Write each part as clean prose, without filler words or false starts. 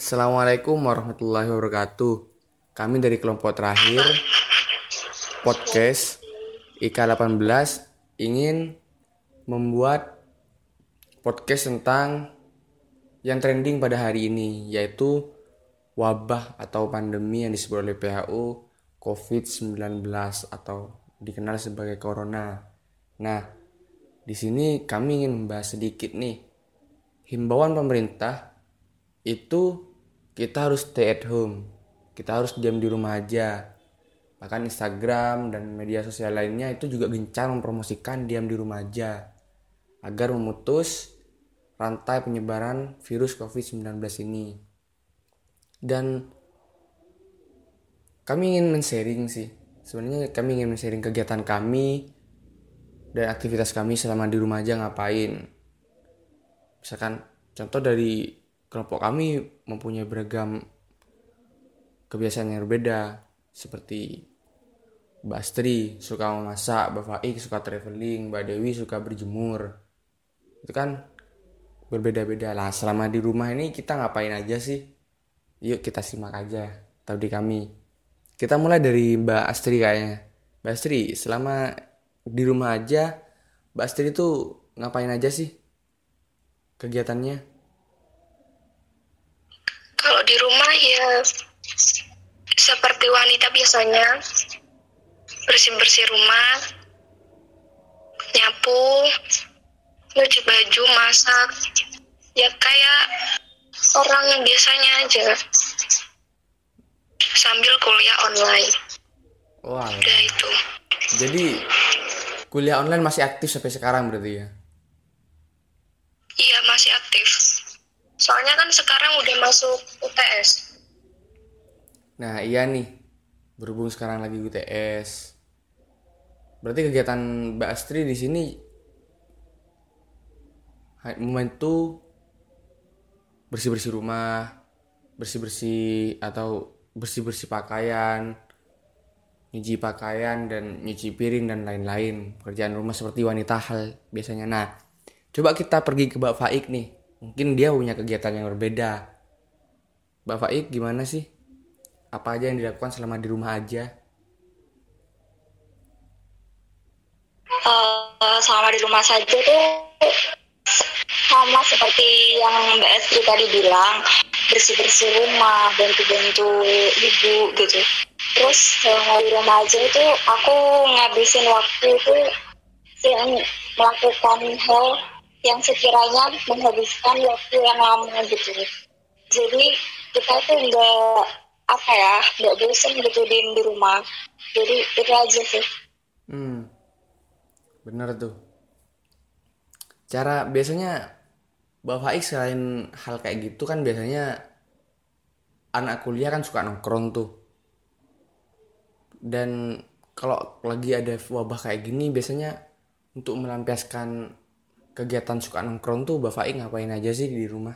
Assalamualaikum warahmatullahi wabarakatuh. Kami dari kelompok terakhir podcast IK18 ingin membuat podcast tentang yang trending pada hari ini, yaitu wabah atau pandemi yang disebut oleh WHO COVID-19 atau dikenal sebagai corona. Nah, di sini kami ingin membahas sedikit nih. Himbauan pemerintah itu kita harus stay at home. Kita harus diam di rumah aja. Bahkan Instagram dan media sosial lainnya itu juga gencar mempromosikan diam di rumah aja agar memutus rantai penyebaran virus COVID-19 ini. Dan kami ingin men-sharing sih. Sebenarnya kami ingin men-sharing kegiatan kami dan aktivitas kami selama di rumah aja ngapain. Misalkan contoh dari kelompok kami mempunyai beragam kebiasaan yang berbeda, seperti Mbak Astri suka memasak, Mbak Faik suka traveling, Mbak Dewi suka berjemur. Itu kan berbeda-beda lah. Selama di rumah ini kita ngapain aja sih? Yuk kita simak aja tahu di kami. Kita mulai dari Mbak Astri kayaknya. Mbak Astri, selama di rumah aja, Mbak Astri itu ngapain aja sih kegiatannya? Kalau di rumah ya seperti wanita biasanya, bersih-bersih rumah, nyapu, nyuci baju, masak, ya kayak orang yang biasanya aja, sambil kuliah online. Wah. Udah itu. Jadi kuliah online masih aktif sampai sekarang berarti ya? Iya, masih aktif. Soalnya kan sekarang udah masuk UTS. Nah iya nih, berhubung sekarang lagi UTS, berarti kegiatan Mbak Astri di sini membantu bersih-bersih rumah, bersih-bersih atau bersih-bersih pakaian, nyuci pakaian dan nyuci piring dan lain-lain. Pekerjaan rumah seperti wanita hal biasanya. Nah, coba kita pergi ke Mbak Faik nih. Mungkin dia punya kegiatan yang berbeda. Mbak Faik gimana sih? Apa aja yang dilakukan selama di rumah aja? Selama di rumah saja tuh sama seperti yang Mbak Estri tadi bilang, bersih-bersih rumah, bantu-bantu ibu gitu. Terus selama di rumah aja itu aku ngabisin waktu itu yang melakukan hal yang sekiranya menghabiskan waktu yang lama gitu. Jadi kita tuh nggak bosan gitu di rumah. Jadi itu aja sih. Bener tuh. Cara biasanya Mbak Faik selain hal kayak gitu kan biasanya anak kuliah kan suka nongkrong tuh. Dan kalau lagi ada wabah kayak gini biasanya untuk melampiaskan kegiatan suka nongkrong tuh Mbak Faik ngapain aja sih di rumah?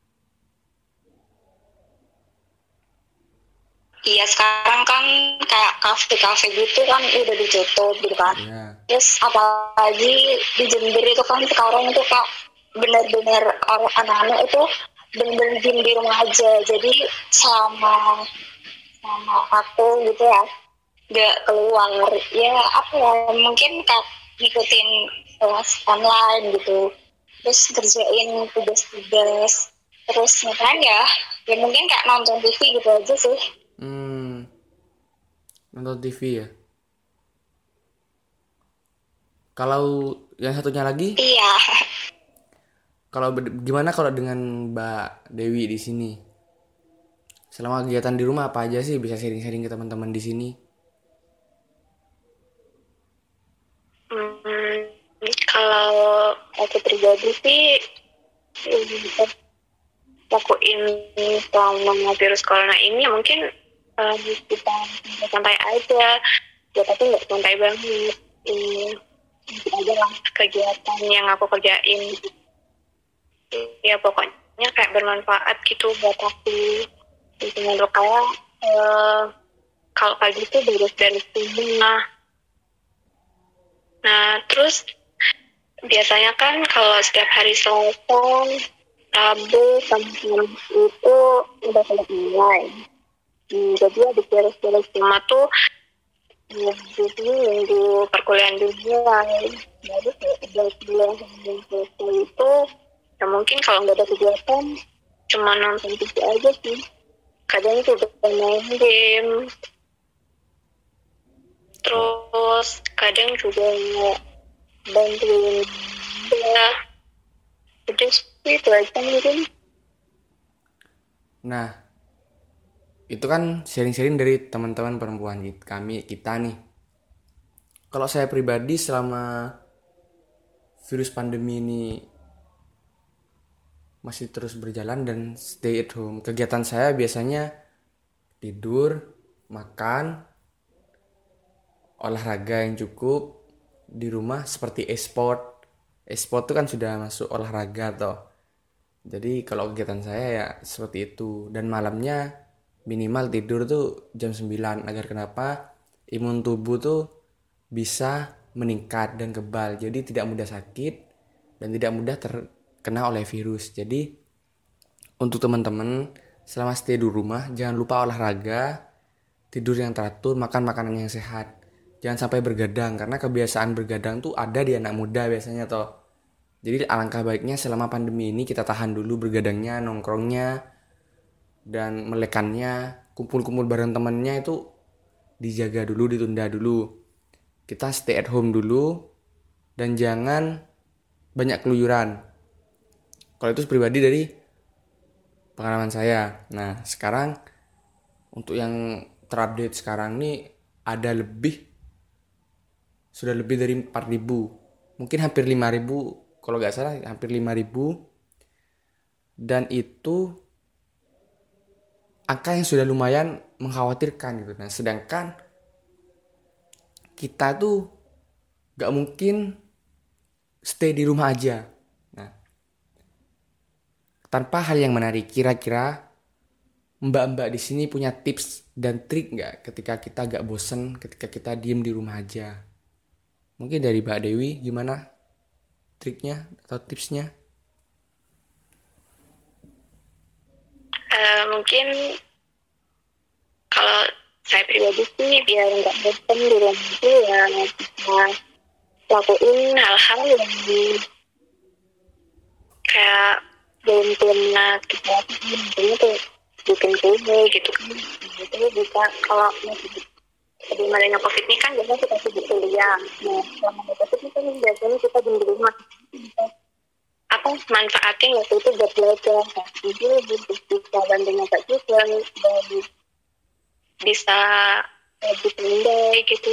Iya, sekarang kan kayak kafe-kafe gitu kan udah ditutup gitu kan. Ya. Terus apalagi di Jember itu kan sekarang itu kak benar-benar orang anak-anak itu benar-benar diem di rumah aja. Jadi sama aku gitu ya nggak keluar. Ya apa ya, mungkin kak ngikutin kelas online gitu. Terus kerjain tugas-tugas. Terus ngapain ya mungkin kayak nonton TV gitu aja sih. Nonton TV ya. Kalau yang satunya lagi? Iya. Kalau gimana kalau dengan Mbak Dewi di sini? Selama kegiatan di rumah apa aja sih, bisa sharing-sharing ke teman-teman di sini? Kalau aku pribadi sih lakuin selama virus corona ini mungkin kita santai aja ya, tapi nggak santai banget. Itu aja lah kegiatan yang aku kerjain ya, pokoknya kayak bermanfaat gitu buat aku. Itu menurut kayak kalau pagi tuh beres dari rumah. Nah terus biasanya kan kalau setiap hari Selasa Rabu sama Kamis itu udah selesai mulai. Jadi ya di virus-virus cuma tuh jadi minggu perkuliahan dimulai. Jadi udah bulan selesai itu ya mungkin kalau nggak ada kegiatan cuma nonton TV aja sih. Kadang juga main game. Terus kadang juga bantuin ya. Udah sih itu aja mungkin. Nah, itu kan sharing-sharing dari teman-teman perempuan kita nih. Kalau saya pribadi selama virus pandemi ini masih terus berjalan dan stay at home, kegiatan saya biasanya tidur, makan, olahraga yang cukup di rumah seperti e-sport. E-sport itu kan sudah masuk olahraga toh. Jadi kalau kegiatan saya ya seperti itu. Dan malamnya minimal tidur tuh jam 9 agar kenapa imun tubuh tuh bisa meningkat dan kebal. Jadi tidak mudah sakit dan tidak mudah terkena oleh virus. Jadi untuk teman-teman selama stay di rumah jangan lupa olahraga, tidur yang teratur, makan makanan yang sehat. Jangan sampai bergadang karena kebiasaan bergadang tuh ada di anak muda biasanya toh. Jadi alangkah baiknya selama pandemi ini kita tahan dulu bergadangnya, nongkrongnya, dan melekannya, kumpul-kumpul bareng temennya itu dijaga dulu, ditunda dulu. Kita stay at home dulu dan jangan banyak keluyuran. Kalau itu pribadi dari pengalaman saya. Nah, sekarang untuk yang terupdate sekarang nih ada sudah lebih dari 4.000. Mungkin hampir 5.000, kalau nggak salah hampir 5.000. Dan itu angka yang sudah lumayan mengkhawatirkan gitu. Nah, sedangkan kita tuh nggak mungkin stay di rumah aja. Nah, tanpa hal yang menarik, kira-kira mbak-mbak di sini punya tips dan trik nggak ketika kita nggak bosen, ketika kita diem di rumah aja? Mungkin dari Mbak Dewi gimana triknya atau tipsnya? Mungkin kalau saya pribadi sih biar nggak bosan di rumah itu ya bisa lakuin hal-hal yang kayak belum pernah kita lakuin, misalnya tuh bikin kue gitu kan. Itu bisa kalau masih sebelum adanya covid ini kan biasanya kita sibuk kuliah. Nah selama covid ini kan biasanya kita di rumah apa manfaatin waktu itu buat belajar. Jadi bisa bantu nyata juga dan bisa lebih pandai gitu.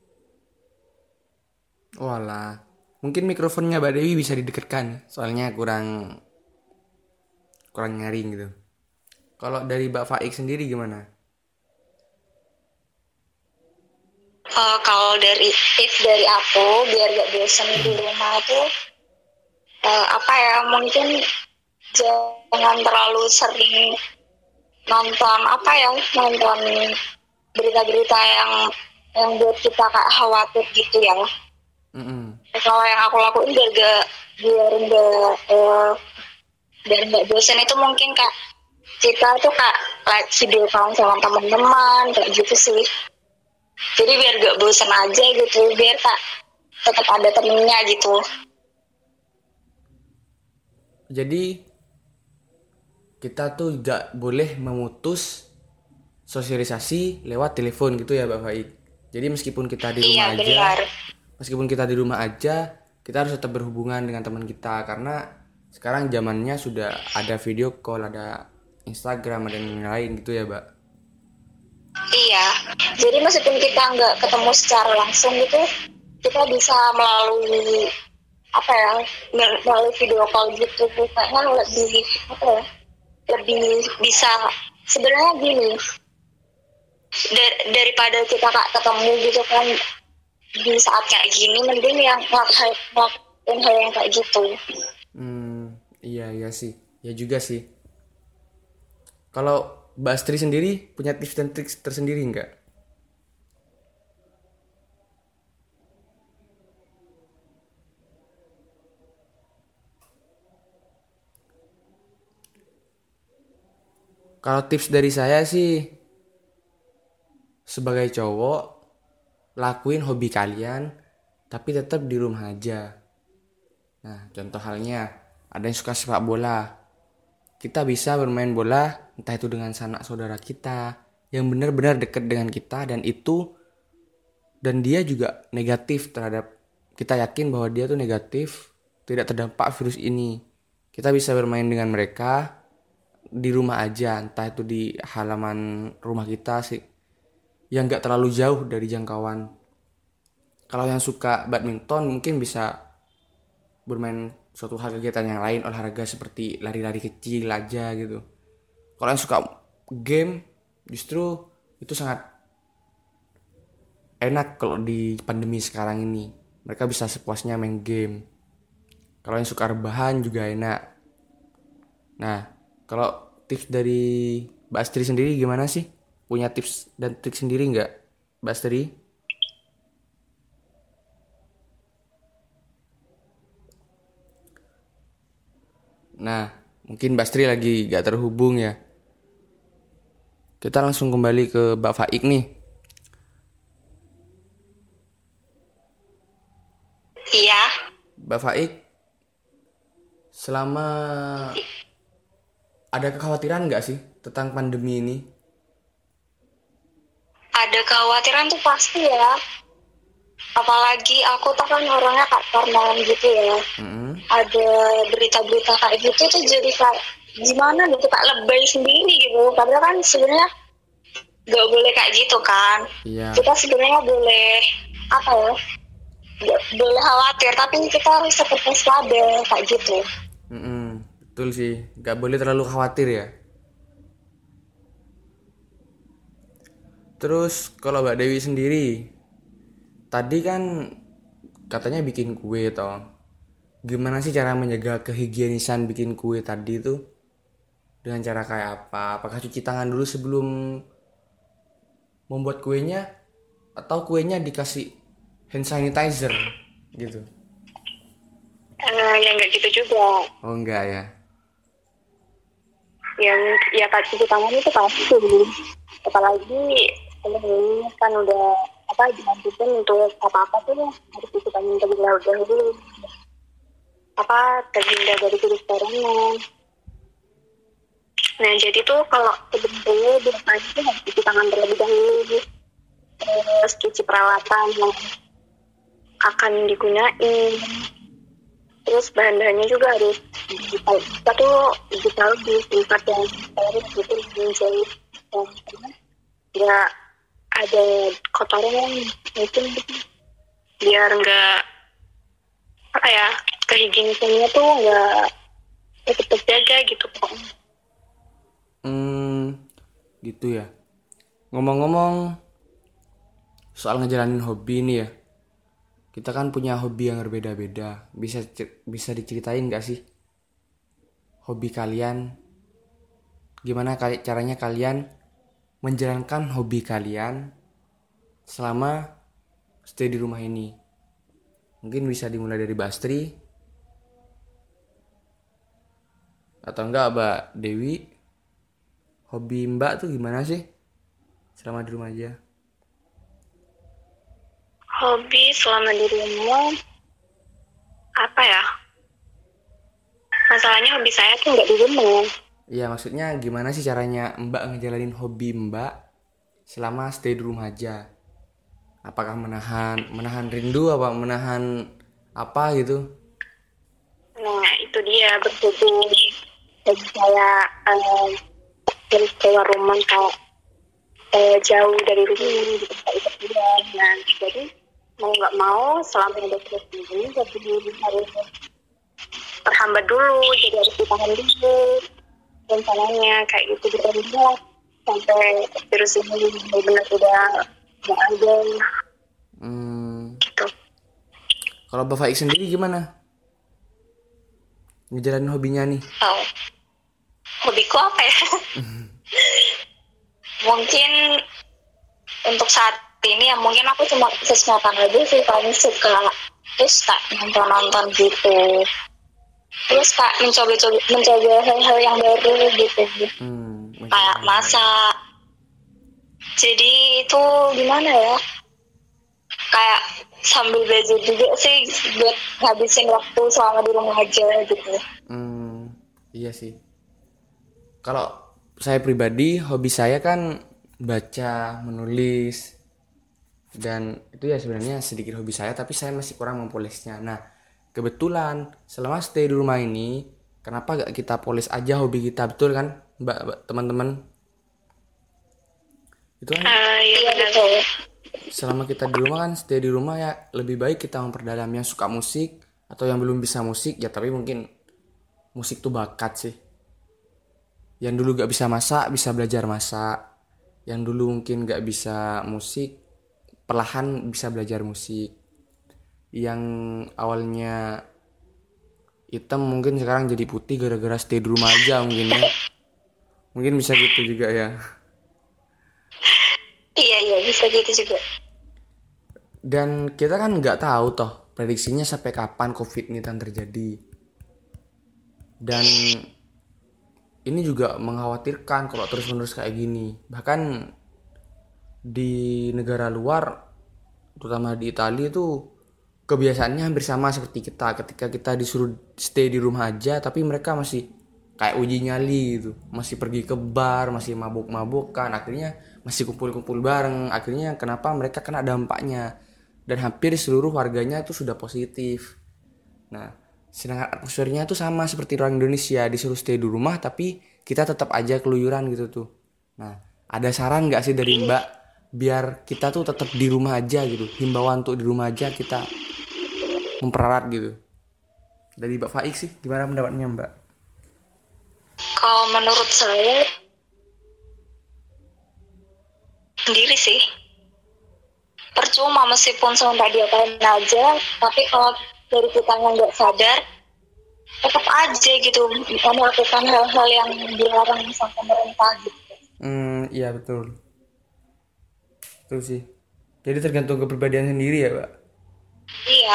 Walah, mungkin mikrofonnya Mbak Dewi bisa didekatkan, soalnya kurang nyaring gitu. Kalau dari Mbak Faik sendiri gimana? Kalau dari tips dari aku biar gak bosan di rumah tuh apa ya mungkin jangan terlalu sering nonton berita-berita yang buat kita kayak khawatir gitu ya. Kalau yang aku lakuin biar nggak bosan itu mungkin kak kita tuh kak like video call sama teman-teman kayak gitu sih. Jadi biar gak bosan aja gitu, biar kak tetap ada temennya gitu. Jadi kita tuh gak boleh memutus sosialisasi lewat telepon gitu ya Mbak Faik. Jadi meskipun kita di rumah aja, kita harus tetap berhubungan dengan teman kita karena sekarang zamannya sudah ada video call, ada Instagram, ada yang lain gitu ya, Mbak. Iya, jadi meskipun kita nggak ketemu secara langsung gitu, kita bisa melalui melalui video call gitu, kayaknya lebih bisa sebenarnya gini daripada kita kak ketemu gitu kan di saat kayak gini, mending yang ngelakuin hal yang kayak gitu. Iya sih, ya juga sih. Kalau Mbak Astri sendiri punya tips dan trik tersendiri nggak? Kalau tips dari saya sih, sebagai cowok, lakuin hobi kalian, tapi tetap di rumah aja. Nah, contoh halnya, ada yang suka sepak bola. Kita bisa bermain bola, entah itu dengan sanak saudara kita, yang benar-benar dekat dengan kita, dan dia juga negatif terhadap, kita yakin bahwa dia tuh negatif, tidak terdampak virus ini. Kita bisa bermain dengan mereka di rumah aja, entah itu di halaman rumah kita sih, yang gak terlalu jauh dari jangkauan. Kalau yang suka badminton mungkin bisa bermain suatu hal kegiatan yang lain, olahraga seperti lari-lari kecil aja gitu. Kalau yang suka game, justru itu sangat enak kalau di pandemi sekarang ini. Mereka bisa sepuasnya main game. Kalau yang suka rebahan juga enak. Nah, kalau tips dari Mbak Astri sendiri gimana sih? Punya tips dan trik sendiri nggak, Mbak Astri? Nah, mungkin Mbak Astri lagi gak terhubung ya. Kita langsung kembali ke Mbak Faik nih. Iya, Mbak Faik, selama ada kekhawatiran nggak sih tentang pandemi ini? ada kekhawatiran tuh pasti ya. Apalagi aku tuh kan orangnya kak parnoan gitu ya. Ada berita-berita kayak gitu tuh jadi kayak gimana gitu, kak lebay sendiri gitu. Padahal kan sebenarnya nggak boleh kayak gitu kan. Iya. Kita sebenarnya boleh apa ya? Boleh khawatir, tapi kita harus tetap waspada kayak gitu. Betul sih, nggak boleh terlalu khawatir ya. Terus kalau Mbak Dewi sendiri, tadi kan katanya bikin kue toh. Gimana sih cara menjaga kehigienisan bikin kue tadi tuh? Dengan cara kayak apa? Apakah cuci tangan dulu sebelum membuat kuenya? Atau kuenya dikasih hand sanitizer gitu? Ya nggak gitu juga. Oh enggak ya? Yang ya kak cuci tangan itu pasti. Apalagi ini kan udah dilanjutin untuk apa-apa tuh harus cuci tangan terlebih dahulu. Terhindar dari virus corona. Nah jadi tuh kalau sebetulnya di rumah itu harus cuci tangan terlebih dahulu, terus cuci peralatan yang akan digunain, terus bahan-bahannya juga harus kita tuh ditaruh di tempat yang steril gitu, menjauh nggak ada kotoran mungkin gitu, biar nggak kehigienisannya tuh nggak tetap terjaga gitu pokoknya. Gitu ya. Ngomong-ngomong soal ngejalanin hobi nih ya, kita kan punya hobi yang berbeda-beda. Bisa diceritain gak sih hobi kalian? Gimana caranya kalian menjalankan hobi kalian selama stay di rumah ini? Mungkin bisa dimulai dari Mbak Astri, atau enggak Mbak Dewi. Hobi Mbak tuh gimana sih selama di rumah aja? Hobi selama di rumah apa ya? Masalahnya hobi saya tuh nggak di rumah. Iya, maksudnya gimana sih caranya Mbak ngejalanin hobi Mbak selama stay di rumah aja? Apakah menahan rindu, apa menahan apa gitu? Nah itu dia berhubung bagi saya harus keluar rumah kayak jauh dari rumah gitu kayak itu dia. Nah jadi mau nggak mau selama ada virus ini jadi harus terhambat dulu, jadi harus ditahan dulu rencananya kayak gitu gitu sampai virus ini benar-benar udah nggak ada gitu. Kalau Mbak Faik sendiri gimana ngejalanin hobinya nih? Hobiku apa ya? Mungkin untuk saat ini ya mungkin aku cuma sesuatu aja sih, paling suka terus kak nonton gitu, terus kak mencoba hal-hal yang baru gitu. kayak masak. Jadi itu gimana ya, kayak sambil belajar juga sih buat ngabisin waktu selama di rumah aja gitu. Iya sih. Kalau saya pribadi, hobi saya kan baca, menulis, dan itu ya sebenarnya sedikit hobi saya, tapi saya masih kurang mempolisnya. Nah, kebetulan selama stay di rumah ini, kenapa gak kita polis aja hobi kita, betul kan, mbak teman-teman? Itu kan Iya betul. selama kita di rumah kan, stay di rumah ya, lebih baik kita memperdalam. Yang suka musik atau yang belum bisa musik ya, tapi mungkin musik tuh bakat sih. Yang dulu gak bisa masak, bisa belajar masak. Yang dulu mungkin gak bisa musik, perlahan bisa belajar musik. Yang awalnya hitam mungkin sekarang jadi putih gara-gara stay di rumah aja mungkin ya. Mungkin bisa gitu juga ya. Iya bisa gitu juga. Dan kita kan nggak tahu toh prediksinya sampai kapan COVID ini akan terjadi. Dan ini juga mengkhawatirkan kalau terus-menerus kayak gini. Bahkan di negara luar, terutama di Italia itu kebiasaannya hampir sama seperti kita. Ketika kita disuruh stay di rumah aja, tapi mereka masih kayak uji nyali gitu, masih pergi ke bar, masih mabuk-mabukan, akhirnya masih kumpul-kumpul bareng. Akhirnya kenapa mereka kena dampaknya, dan hampir seluruh warganya itu sudah positif. Nah, sedangkan atmosfernya itu sama seperti orang Indonesia, disuruh stay di rumah tapi kita tetap aja keluyuran gitu tuh. Nah, ada saran nggak sih dari Mbak biar kita tuh tetap di rumah aja gitu, himbauan untuk di rumah aja kita memperarat gitu. Dari Mbak Faik sih, gimana pendapatnya Mbak? Kalau menurut saya sendiri sih, percuma meskipun sampai diapain aja, tapi kalau dari kita yang nggak sadar, tetap aja gitu melakukan hal-hal yang dilarang sama pemerintah gitu. Iya betul. Betul sih. Jadi tergantung kepribadian sendiri ya, Mbak. Iya,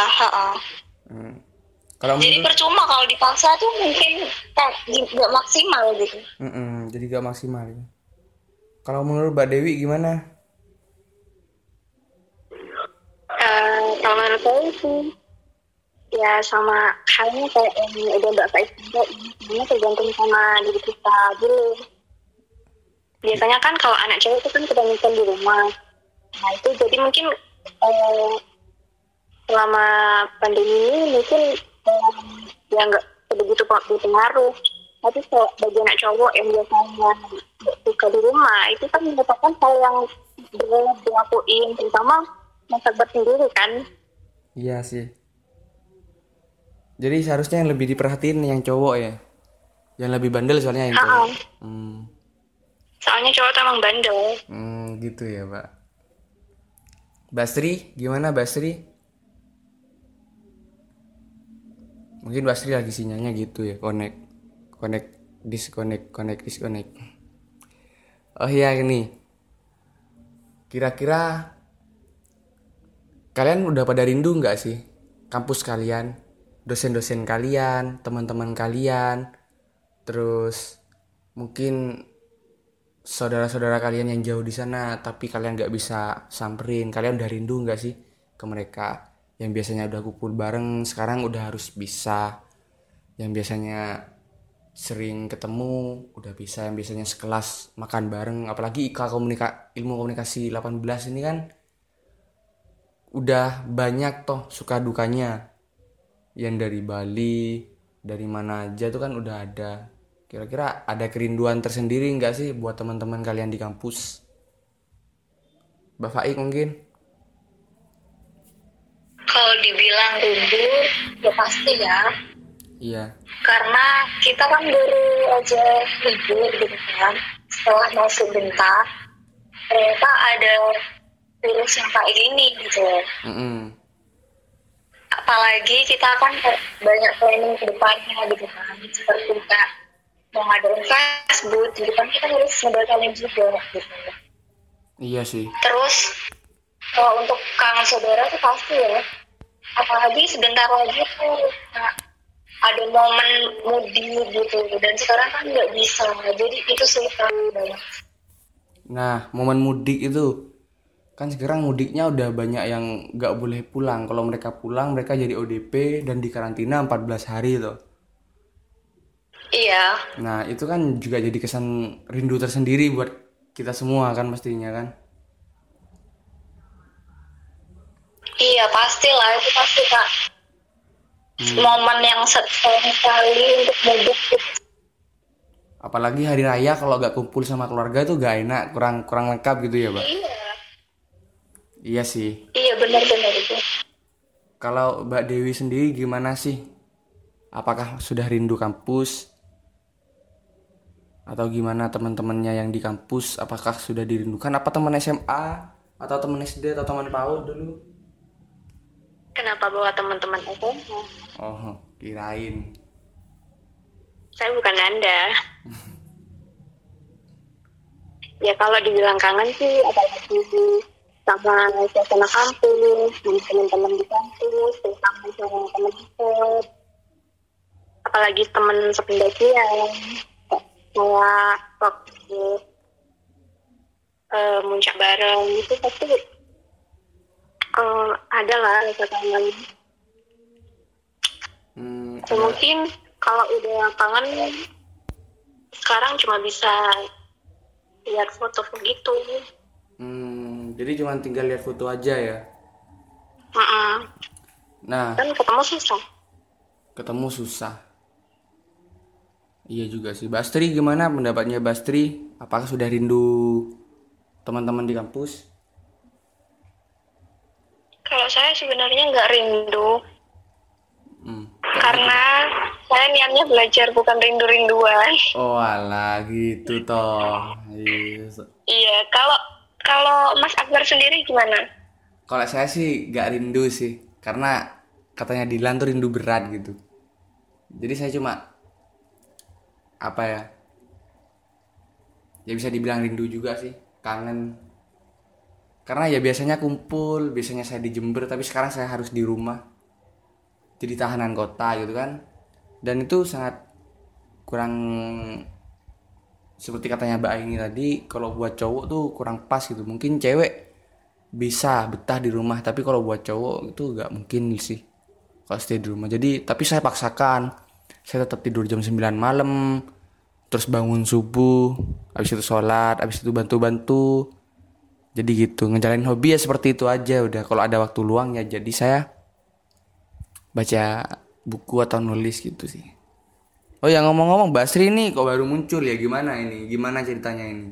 Kalau jadi menurut, percuma kalau dipaksa tuh mungkin nggak maksimal gitu. jadi gak maksimal ya. Kalau menurut Mbak Dewi gimana? Kalau menurut saya sih ya sama halnya kayak yang udah Mbak Faiz sampaikan, ini tergantung sama diri kita dulu. Biasanya kan kalau anak cewek itu kan kebanyakan di rumah. Nah itu jadi mungkin selama pandemi ini mungkin ya nggak begitu berpengaruh. Tapi kalau bagi anak cowok yang biasanya suka di rumah, itu kan merupakan hal yang berat dilakuin, terutama masyarakat sendiri kan. Iya sih. Jadi seharusnya yang lebih diperhatiin yang cowok ya. Yang lebih bandel soalnya yang cowok. Soalnya cowok tuh emang bandel. Gitu ya, Mbak. Basri, gimana Basri? Mungkin Basri lagi sinyalnya gitu ya, connect, disconnect. Oh iya ini. Kira-kira kalian udah pada rindu nggak sih kampus kalian, dosen-dosen kalian, teman-teman kalian, terus mungkin saudara-saudara kalian yang jauh di sana tapi kalian nggak bisa samperin. Kalian udah rindu nggak sih ke mereka yang biasanya udah kumpul bareng, sekarang udah harus bisa. Yang biasanya sering ketemu udah bisa, yang biasanya sekelas makan bareng. Apalagi ilmu komunikasi 18 ini kan udah banyak toh suka dukanya. Yang dari Bali, dari mana aja tuh kan udah ada. Kira-kira ada kerinduan tersendiri nggak sih buat teman-teman kalian di kampus? Mbak Faik mungkin? Kalau dibilang rindu, ya pasti ya. Iya. Karena kita kan baru aja libur gitu kan. Setelah masuk bentar, ternyata ada virus yang kayak gini gitu. Apalagi kita kan banyak planning ke depannya gitu kan. Seperti kayak mau ngadain Facebook, jadi kan kita harus ngebatalin juga gitu. Iya sih. Terus kalau untuk kangen saudara tuh pasti ya. Apalagi sebentar lagi tuh ada momen mudik gitu, dan sekarang kan nggak bisa, jadi itu sulit banget. Nah, momen mudik itu kan sekarang mudiknya udah banyak yang nggak boleh pulang. Kalau mereka pulang, mereka jadi ODP dan dikarantina 14 hari tuh. Iya, Nah, itu kan juga jadi kesan rindu tersendiri buat kita semua kan pastinya kan. iya pastilah, itu pasti Kak. Momen yang sekali untuk mudik gitu. Apalagi hari raya kalau nggak kumpul sama keluarga tuh gak enak, kurang kurang lengkap gitu ya, Mbak. Iya, Iya sih. iya benar-benar itu. Kalau Mbak Dewi sendiri gimana sih? Apakah sudah rindu kampus? Atau gimana teman-temannya yang di kampus? Apakah sudah dirindukan? Apa teman SMA? Atau teman SD atau teman PAUD dulu? Kenapa bawa teman-teman SMA? Oh, kirain. Saya bukan Anda. Ya kalau dibilang kangen sih, apalagi sama suasana kampus, sama teman-teman di kampus, sama teman dekat, apalagi teman sependakian, kayak waktu muncak bareng itu pasti ada lah rasa kangen. Mungkin kalau udah kangen sekarang cuma bisa lihat foto gitu. Jadi cuma tinggal lihat foto aja ya. Nah, Kan ketemu susah. ketemu susah. Iya juga sih. Bastri gimana pendapatnya Bastri? Apakah sudah rindu teman-teman di kampus? Kalau saya sebenarnya nggak rindu, karena saya niatnya belajar, bukan rindu-rinduan. Oh alah gitu toh. Iya, kalau Mas Akbar sendiri gimana? Kalau saya sih gak rindu sih, karena katanya Dilan tuh rindu berat gitu. Jadi saya cuma apa ya? Ya bisa dibilang rindu juga sih, kangen. Karena ya biasanya kumpul, biasanya saya di Jember, tapi sekarang saya harus di rumah. Jadi tahanan kota gitu kan. Dan itu sangat kurang, seperti katanya Mbak Aini tadi, kalau buat cowok tuh kurang pas gitu. Mungkin cewek bisa betah di rumah, tapi kalau buat cowok itu gak mungkin sih kalau stay di rumah. Jadi tapi saya paksakan, saya tetap tidur jam 9 malam, terus bangun subuh, habis itu sholat, habis itu bantu-bantu. Jadi gitu, ngejalanin hobi ya seperti itu aja udah. Kalau ada waktu luang ya jadi saya baca buku atau nulis gitu sih. Oh ya, ngomong-ngomong Mbak Sri ini kok baru muncul ya, gimana ini? Gimana ceritanya ini?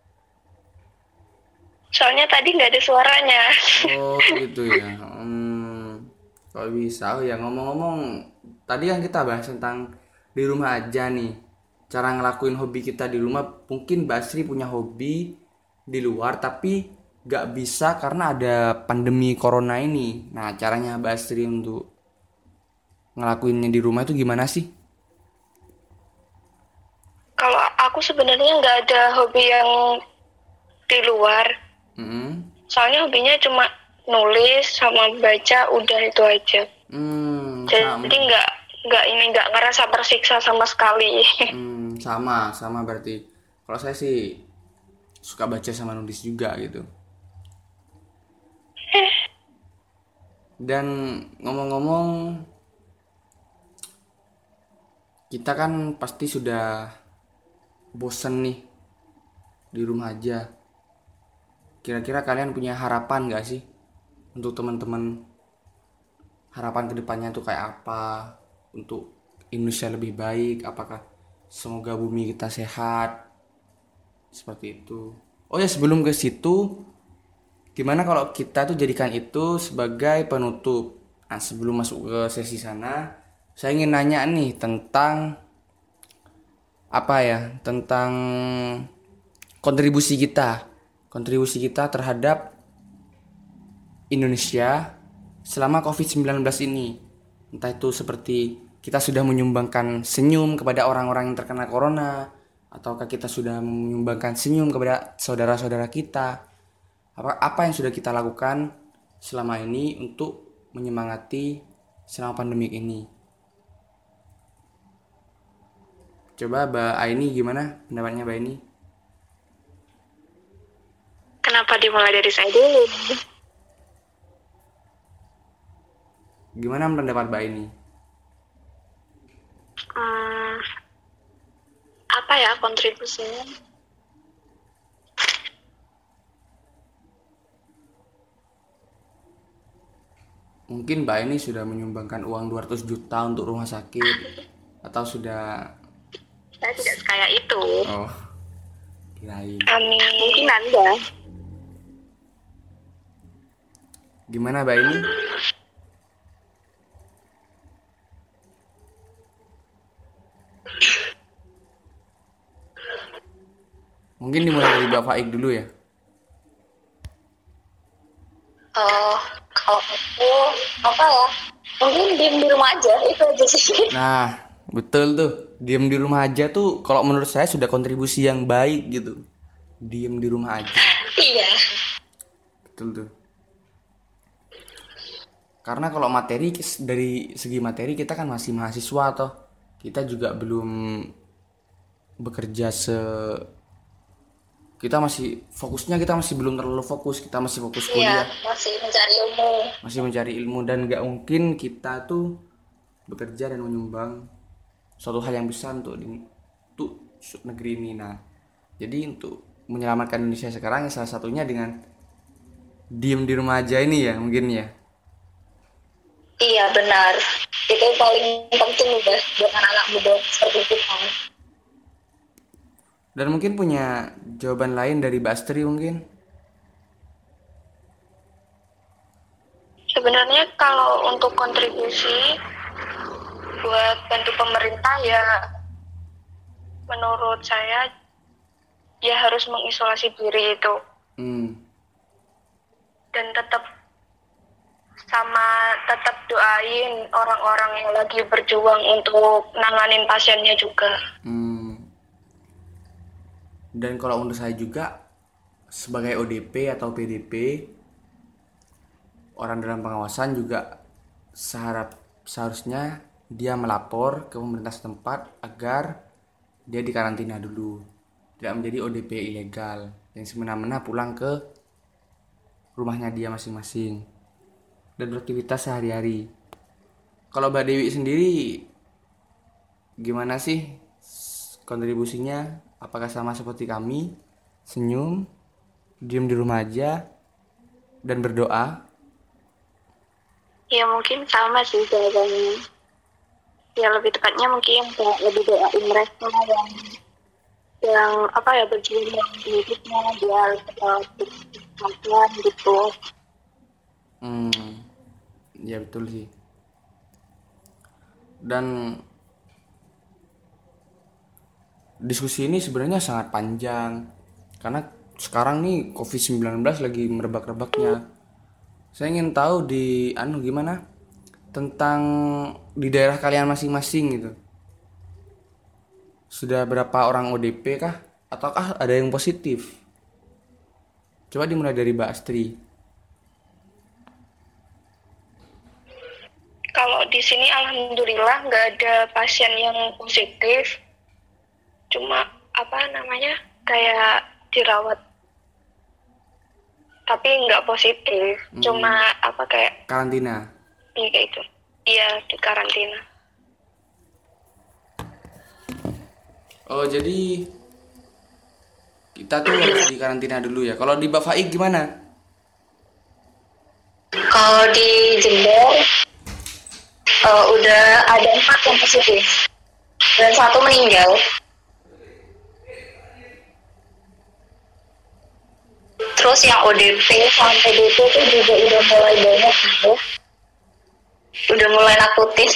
Soalnya tadi nggak ada suaranya. Oh gitu ya. Kalau bisa. Oh ya, ngomong-ngomong, tadi kan kita bahas tentang di rumah aja nih. Cara ngelakuin hobi kita di rumah. Mungkin Mbak Sri punya hobi di luar tapi gak bisa karena ada pandemi corona ini. Nah, caranya Mbak Sri untuk ngelakuinnya di rumah itu gimana sih? Kalau aku sebenarnya nggak ada hobi yang di luar. Soalnya hobinya cuma nulis sama baca, udah itu aja. Jadi nggak ngerasa tersiksa sama sekali. Sama berarti. Kalau saya sih suka baca sama nulis juga gitu. Dan ngomong-ngomong, kita kan pasti sudah bosen nih di rumah aja. Kira-kira kalian punya harapan gak sih untuk teman-teman? Harapan kedepannya tuh kayak apa? Untuk Indonesia lebih baik? Apakah semoga bumi kita sehat? Seperti itu. Oh ya, sebelum ke situ, gimana kalau kita tuh jadikan itu sebagai penutup? Nah, sebelum masuk ke sesi sana, saya ingin nanya nih tentang apa ya? Tentang kontribusi kita terhadap Indonesia selama COVID-19 ini. Entah itu seperti kita sudah menyumbangkan senyum kepada orang-orang yang terkena corona, ataukah kita sudah menyumbangkan senyum kepada saudara-saudara kita. Apa yang sudah kita lakukan selama ini untuk menyemangati selama pandemik ini. Coba Mbak Aini gimana pendapatnya Mbak Aini? Kenapa dimulai dari saya dulu? Gimana pendapat Mbak Aini? Apa ya kontribusinya? Mungkin Mbak Aini sudah menyumbangkan uang 200 juta untuk rumah sakit atau sudah... Saya tidak sekaya itu. Oh, kirain. Amin. Mungkin Anda. Gimana Mbak Aini? Mungkin dimulai dari Mbak Faik dulu ya. Kalau aku apa ya? Mungkin diem di rumah aja, itu aja sih. Nah, betul tuh. Diem di rumah aja tuh kalau menurut saya sudah kontribusi yang baik gitu. Diem di rumah aja. Iya. Betul tuh. Karena kalau materi, dari segi materi kita kan masih mahasiswa toh. Kita juga belum bekerja kita masih fokusnya, kita masih belum terlalu fokus, kita masih fokus kuliah. Iya, masih mencari ilmu. Masih mencari ilmu dan gak mungkin kita tuh bekerja dan menyumbang suatu hal yang besar untuk negeri ini. Nah, jadi untuk menyelamatkan Indonesia sekarang salah satunya dengan diem di rumah aja ini ya mungkin ya. Iya benar, itu paling penting udah buat anak-anak muda seperti kita. Dan mungkin punya jawaban lain dari Mbak Astri mungkin. Sebenarnya kalau untuk kontribusi buat bantu pemerintah ya menurut saya ya harus mengisolasi diri itu. Dan tetap doain orang-orang yang lagi berjuang untuk nanganin pasiennya juga. Dan kalau menurut saya juga sebagai ODP atau PDP, orang dalam pengawasan juga seharusnya dia melapor ke pemerintah setempat agar dia dikarantina dulu, tidak menjadi ODP ilegal yang semena-mena pulang ke rumahnya dia masing-masing dan beraktivitas sehari-hari. Kalau Mbak Dewi sendiri gimana sih kontribusinya? Apakah sama seperti kami, senyum, diam di rumah aja, dan berdoa? Ya mungkin sama sih jawabannya. Ya lebih tepatnya mungkin lebih doain mereka yang apa ya berjuang di hidupnya biar kemampuan gitu. Ya betul sih. Dan diskusi ini sebenarnya sangat panjang karena sekarang nih COVID-19 lagi merebak-rebaknya. Saya ingin tahu gimana tentang di daerah kalian masing-masing gitu. Sudah berapa orang ODP kah? Ataukah ada yang positif? Coba dimulai dari Mbak Astri. Kalau di sini alhamdulillah nggak ada pasien yang positif. Cuma kayak dirawat tapi nggak positif. Cuma kayak karantina. Iya kayak itu. Iya di karantina. Oh jadi kita tuh harus di karantina dulu ya. Kalau di Mbak Faik gimana? Kalau di Jember udah ada 4 yang positif dan 1 meninggal. Terus yang ODP sama PDP itu juga udah mulai banyak gitu. Udah mulai nakutis.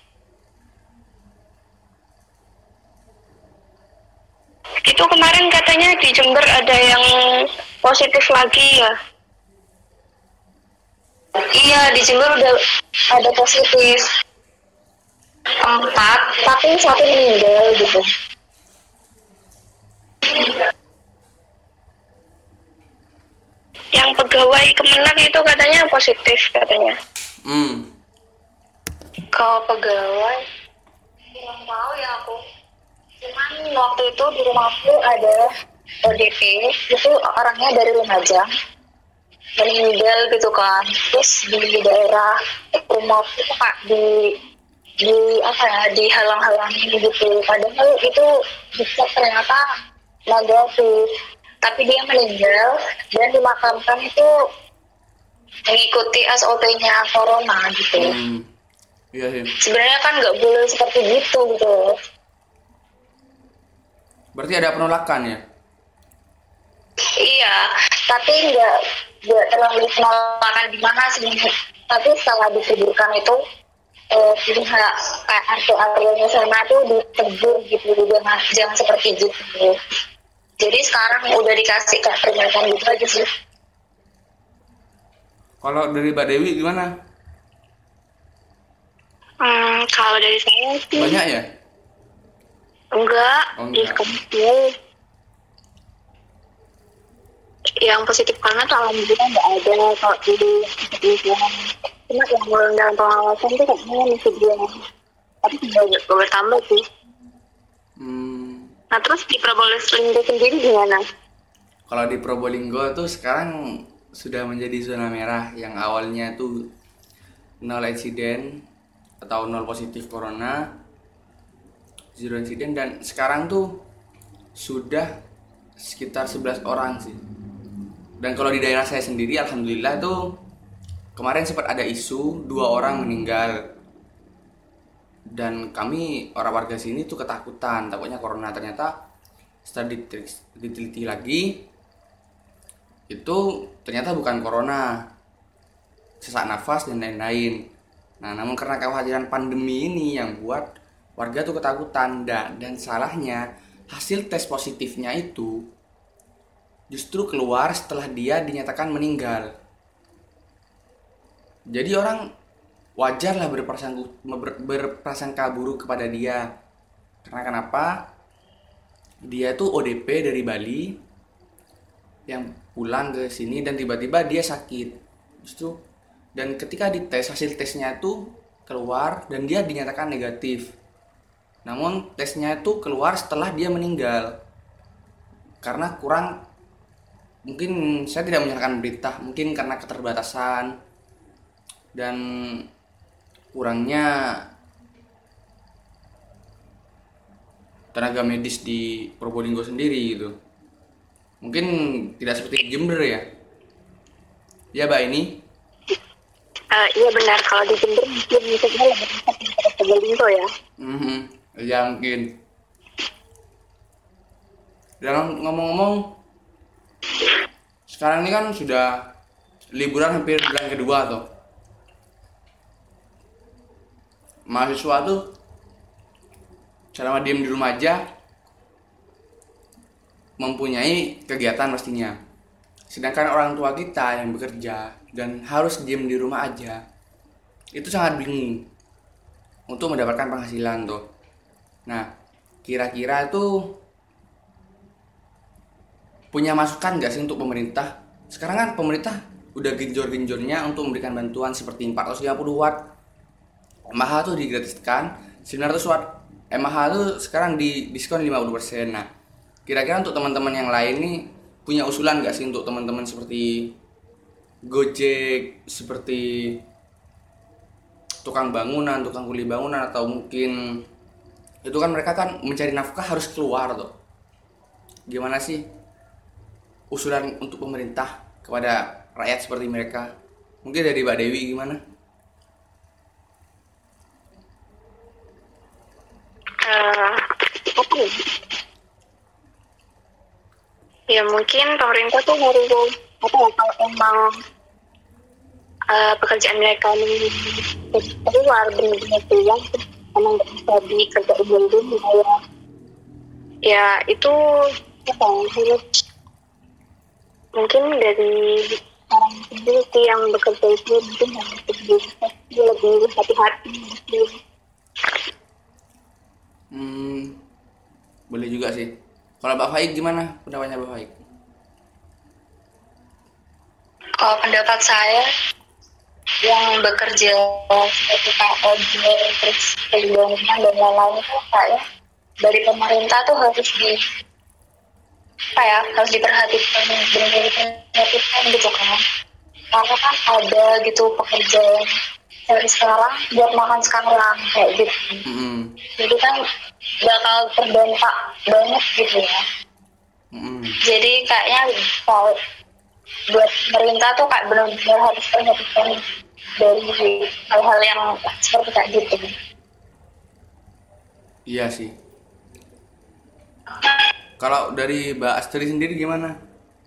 Itu kemarin katanya di Jember ada yang positif lagi ya. Iya di Jember udah ada positif 4, tapi 1 meninggal gitu. Yang pegawai Kemenak itu katanya positif katanya. Kalau pegawai belum tahu ya aku. Cuma waktu itu di rumahku ada ODP, itu orangnya dari Lumajang, meninggal gitu kan. Terus di daerah rumahku tuh Kak, di apa ya, dihalang-halangi gitu. Padahal itu dicek ternyata negatif, tapi dia meninggal dan dimakamkan itu mengikuti SOP-nya corona gitu. Iya sih. Sebenarnya kan nggak boleh seperti gitu gitu. Berarti ada penolakan ya? Iya, tapi nggak terlalu penolakan di mana sih. Tapi setelah dikuburkan itu pihak kayak RT-nya sana tuh ditegur gitu, jangan seperti gitu. Jadi sekarang udah dikasih kayak peringatan gitu aja sih. Kalau dari Mbak Dewi gimana? Kalau dari saya sih Banyak ya? enggak, Oh, di enggak. kampus yang positif karena alhamdulillah nggak ada kalau di lingkungan. Cuma yang mulai dalam pengawasan tuh kayaknya masih dia, tapi juga bertambah sih. Nah terus di Probolinggo sendiri gimana? Kalau di Probolinggo tuh sekarang sudah menjadi zona merah, yang awalnya tuh 0 insiden atau 0 positif corona, 0 insiden, dan sekarang tuh sudah sekitar 11 orang sih. Dan kalau di daerah saya sendiri alhamdulillah tuh kemarin sempat ada isu 2 orang meninggal. Dan kami orang warga sini tuh ketakutan, takutnya corona. Ternyata setelah diteliti lagi itu ternyata bukan corona, sesak nafas dan lain-lain. Nah, namun karena kekhawatiran pandemi ini yang buat warga tuh ketakutan, dan salahnya hasil tes positifnya itu justru keluar setelah dia dinyatakan meninggal. Jadi orang wajarlah berprasangka buruk kepada dia. Karena kenapa? Dia tuh ODP dari Bali yang pulang ke sini dan tiba-tiba dia sakit. Justru, dan ketika dites, hasil tesnya itu keluar dan dia dinyatakan negatif. Namun tesnya itu keluar setelah dia meninggal. Karena kurang, mungkin saya tidak menyalahkan berita, mungkin karena keterbatasan dan kurangnya tenaga medis di Probolinggo sendiri gitu. Mungkin tidak seperti Jember ya. Ya, Mbak ini. Iya benar, kalau di Jember mungkin misalnya lebih dekat daripada Probolinggo ya. Ya mungkin. Dan ngomong-ngomong, sekarang ini kan sudah liburan hampir bulan kedua tuh. Mahasiswa tuh selama diem di rumah aja mempunyai kegiatan pastinya. Sedangkan orang tua kita yang bekerja dan harus diem di rumah aja, itu sangat bingung untuk mendapatkan penghasilan tuh. Nah, kira-kira itu punya masukan gak sih untuk pemerintah? Sekarang kan pemerintah udah genjor-genjornya untuk memberikan bantuan seperti 450 watt MH tuh digratiskan, 900 watt MH tuh sekarang di diskon 50%. Nah, kira-kira untuk teman-teman yang lain nih punya usulan gak sih untuk teman-teman seperti Gojek, seperti tukang bangunan, tukang kuli bangunan, atau mungkin itu kan mereka kan mencari nafkah harus keluar tuh. Gimana sih usulan untuk pemerintah kepada rakyat seperti mereka? Mungkin dari Mbak Dewi gimana? Apa ya? Ya mungkin pemerintah tuh harus apa ya, kalau emang pekerjaan mereka ini keluar benar-benar keluar, emang nggak bisa dikerjain dulu ya itu apa ya, mungkin dari orang sendiri yang bekerja itu mungkin harus lebih hati-hati gitu. Boleh juga sih. Kalau Mbak Faik gimana pendapatnya Mbak Faik? Kalau pendapat saya yang bekerja seperti ojek terus perjalanan dan lain-lain itu kayak dari pemerintah tuh harus harus diperhatikan, benar-benar diperhatikan gitu kan. Karena kan ada gitu pekerjaan dari sekarang buat makan sekarang kayak gitu. Jadi kan bakal terdampak banget gitu ya. Jadi kayaknya kalau buat pemerintah tuh kayak benar-benar harus perhatikan dari hal-hal yang seperti kayak gitu. Iya sih. Kalau dari Mbak Astri sendiri gimana?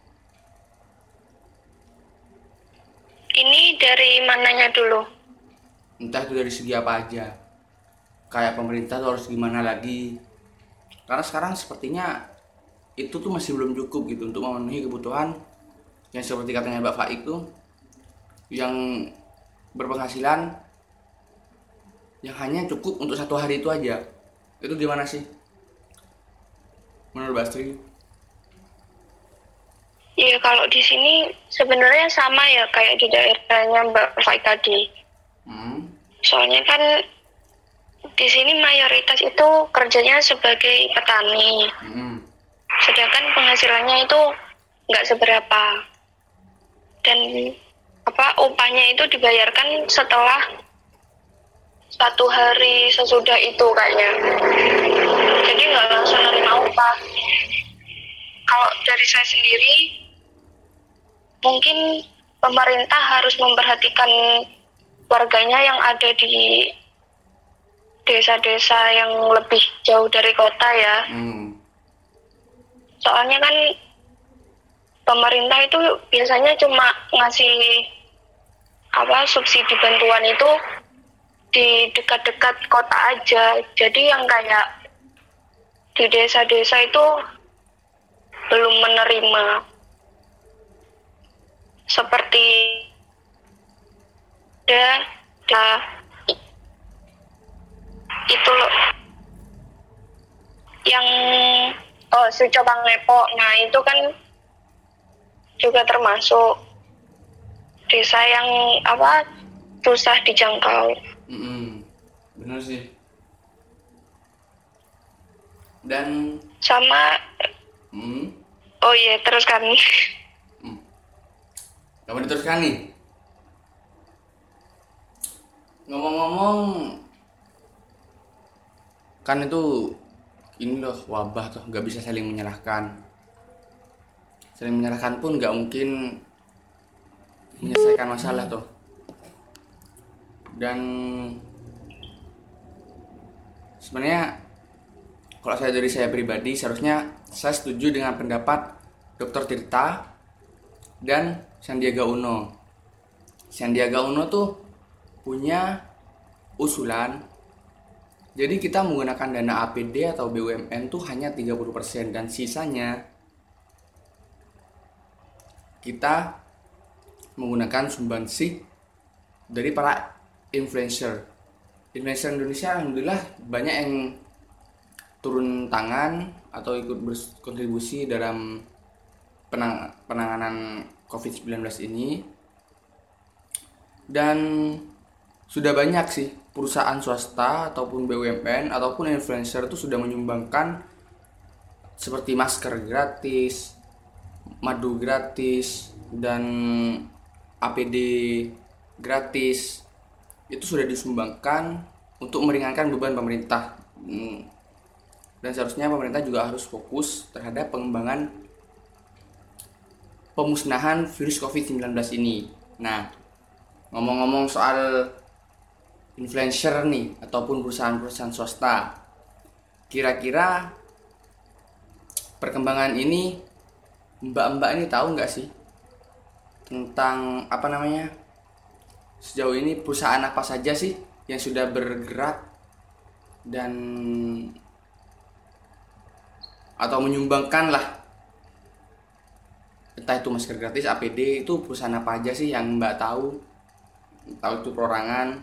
Ini dari mananya dulu? Entah itu dari segi apa aja. Kayak pemerintah tuh harus gimana lagi? Karena sekarang sepertinya itu tuh masih belum cukup gitu untuk memenuhi kebutuhan yang seperti katanya Mbak Faik tuh, yang berpenghasilan yang hanya cukup untuk 1 hari itu aja. Itu gimana sih menurut Mbak Astri? Iya, kalau di sini sebenarnya sama ya kayak di daerahnya Mbak Faik tadi. Soalnya kan di sini mayoritas itu kerjanya sebagai petani. Sedangkan penghasilannya itu nggak seberapa. Dan upahnya itu dibayarkan setelah 1 hari sesudah itu kayaknya. Jadi nggak langsung menerima upah. Kalau dari saya sendiri, mungkin pemerintah harus memperhatikan warganya yang ada di desa-desa yang lebih jauh dari kota ya. Soalnya kan pemerintah itu biasanya cuma ngasih subsidi bantuan itu di dekat-dekat kota aja. Jadi yang kayak di desa-desa itu belum menerima. Seperti itu loh yang Suco Panglepo. Nah itu kan juga termasuk desa yang susah dijangkau. Benar sih. Dan sama oh iya, teruskan. Kamu diteruskan nih. Ngomong-ngomong, kan itu ini loh wabah tuh, nggak bisa saling menyalahkan. Saling menyalahkan pun nggak mungkin menyelesaikan masalah tuh. Dan sebenarnya kalau dari saya pribadi, seharusnya saya setuju dengan pendapat Dr. Tirta dan Sandiaga Uno. Sandiaga Uno tuh punya usulan, jadi kita menggunakan dana APD atau BUMN tuh hanya 30% dan sisanya kita menggunakan sumbangsih dari para influencer. Influencer Indonesia alhamdulillah banyak yang turun tangan atau ikut berkontribusi dalam penanganan COVID-19 ini. Dan sudah banyak sih perusahaan swasta ataupun BUMN ataupun influencer itu sudah menyumbangkan seperti masker gratis, madu gratis, dan APD gratis. Itu sudah disumbangkan untuk meringankan beban pemerintah. Dan seharusnya pemerintah juga harus fokus terhadap pengembangan pemusnahan virus COVID-19 ini. Nah, ngomong-ngomong soal influencer nih ataupun perusahaan-perusahaan swasta, kira-kira perkembangan ini mbak-mbak ini tahu nggak sih tentang sejauh ini perusahaan apa saja sih yang sudah bergerak dan atau menyumbangkan lah, entah itu masker gratis, APD, itu perusahaan apa aja sih yang mbak tahu itu perorangan,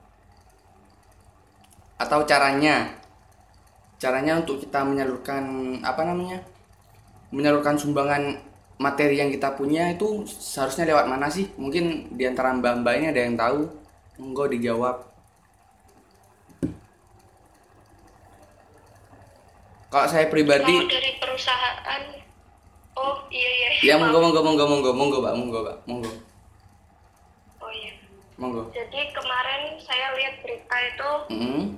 atau caranya untuk kita menyalurkan menyalurkan sumbangan materi yang kita punya itu seharusnya lewat mana sih? Mungkin di antara mbak-mbak ini ada yang tahu, monggo dijawab. Kalau saya Kalau pribadi, dari perusahaan, oh iya ya maaf. monggo Pak, monggo. Oh iya. Monggo. Jadi kemarin saya lihat berita itu, Mm-mm.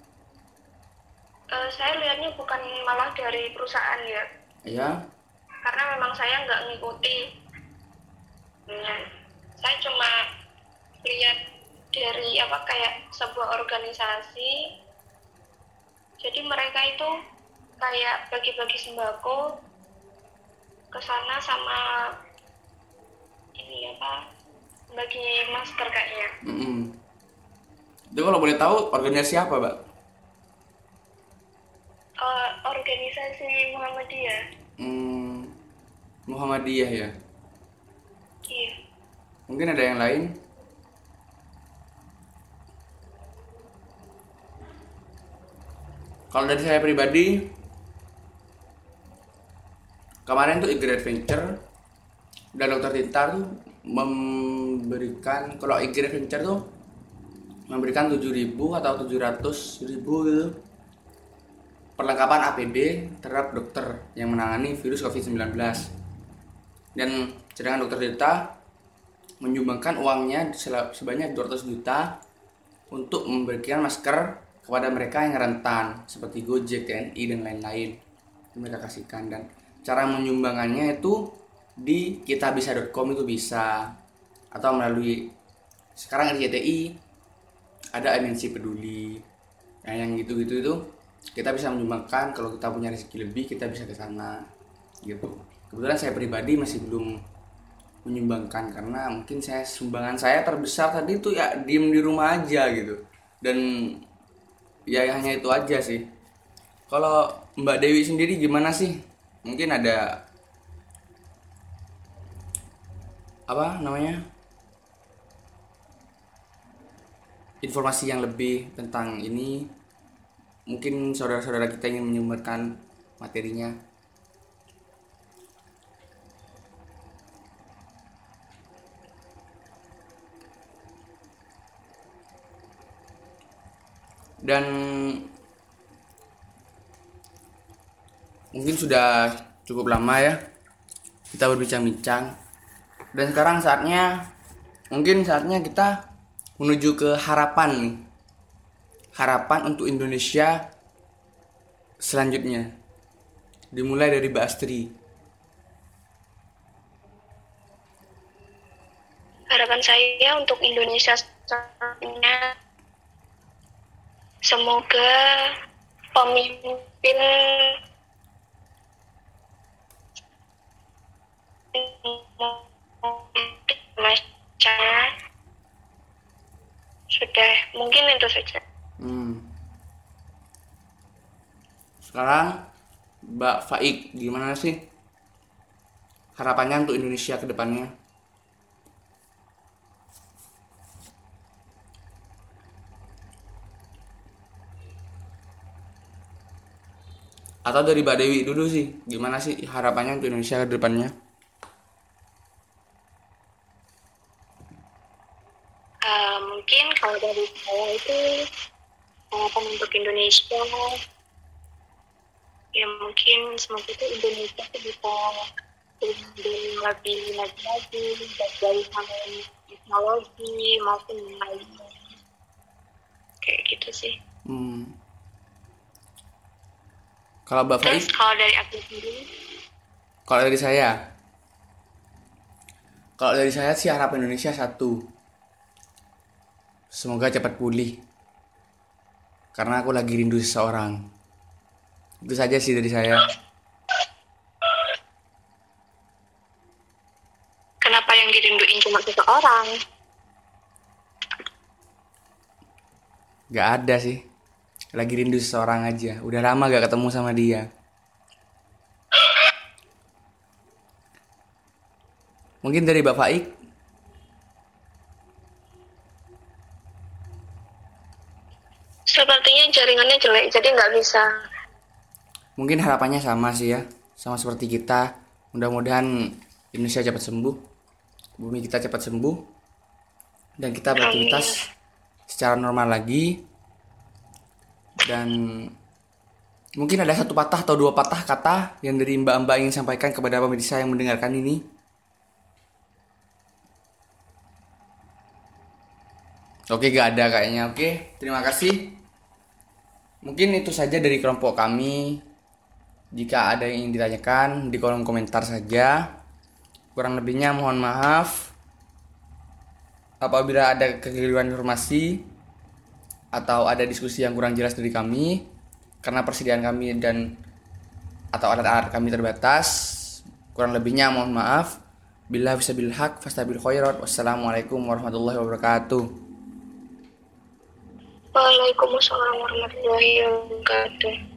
saya lihatnya bukan malah dari perusahaan ya, Ya. karena memang saya nggak ngikuti. Nah, saya cuma lihat dari apa kayak sebuah organisasi. Jadi mereka itu kayak bagi-bagi sembako ke sana sama ini apa bagi masker kayaknya. Mm-mm. Itu kalau boleh tahu organisasi apa, Pak? Organisasi Muhammadiyah. Hmm, Muhammadiyah ya. Iya. Mungkin ada yang lain? Kalau dari saya pribadi, kemarin tuh Eager Adventure dan Dokter Tinta tuh memberikan, kalau Eager Adventure tuh memberikan 7.000 atau 700.000 gitu perlengkapan APD terhadap dokter yang menangani virus COVID-19. Dan sedangkan Dokter Tirta menyumbangkan uangnya sebanyak 200 juta untuk memberikan masker kepada mereka yang rentan seperti Gojek, TNI dan lain-lain. Mereka kasihkan, dan cara menyumbangannya itu di kitabisa.com itu bisa, atau melalui sekarang RCTI ada MNC Peduli. Nah, yang gitu-gitu itu kita bisa menyumbangkan. Kalau kita punya rezeki lebih, kita bisa ke sana gitu. Kebetulan saya pribadi masih belum menyumbangkan, karena mungkin sumbangan saya terbesar tadi itu ya diem di rumah aja gitu. Dan ya hanya itu aja sih. Kalau Mbak Dewi sendiri gimana sih? Mungkin ada apa namanya, informasi yang lebih tentang ini? Mungkin saudara-saudara kita ingin menyumbangkan materinya. Dan mungkin sudah cukup lama ya kita berbincang-bincang, dan sekarang saatnya kita menuju ke harapan nih. Harapan untuk Indonesia selanjutnya dimulai dari Mbak Astri. Harapan saya untuk Indonesia selanjutnya, semoga pemimpin masyarakat sudah, mungkin itu saja. Sekarang Mbak Faik, gimana sih harapannya untuk Indonesia ke depannya? Atau dari Mbak Dewi dulu sih, gimana sih harapannya untuk Indonesia ke depannya? Mungkin kalau dari saya itu harapan untuk Indonesia ya, mungkin semoga itu Indonesia itu bisa lebih maju lagi dari teknologi maupun yang lainnya, kayak gitu sih. Kalau Mbak Faik? Terus kalau dari aku sendiri? Kalau dari saya sih harapan Indonesia satu, semoga cepat pulih, karena aku lagi rindu seseorang. Itu saja sih dari saya. Kenapa yang dirinduin cuma seseorang? Gak ada sih, lagi rindu seseorang aja. Udah lama gak ketemu sama dia. Mungkin dari Mbak Faik? Sepertinya jaringannya jelek, jadi nggak bisa. Mungkin harapannya sama sih ya, sama seperti kita. Mudah-mudahan Indonesia cepat sembuh, bumi kita cepat sembuh, dan kita beraktivitas secara normal lagi. Dan Mungkin ada satu patah atau dua patah kata yang dari Mbak-mbak ingin sampaikan kepada pemirsa yang mendengarkan ini. Oke, gak ada kayaknya. Oke, terima kasih. Mungkin itu saja dari kelompok kami. Jika ada yang ingin ditanyakan, di kolom komentar saja. Kurang lebihnya mohon maaf apabila ada kekeliruan informasi atau ada diskusi yang kurang jelas dari kami, karena persediaan kami atau alat-alat kami terbatas. Kurang lebihnya mohon maaf. Billahi bisabil haq fastabil khairat. Wassalamualaikum warahmatullahi wabarakatuh. Waalaikumsalam warahmatullahi wabarakatuh.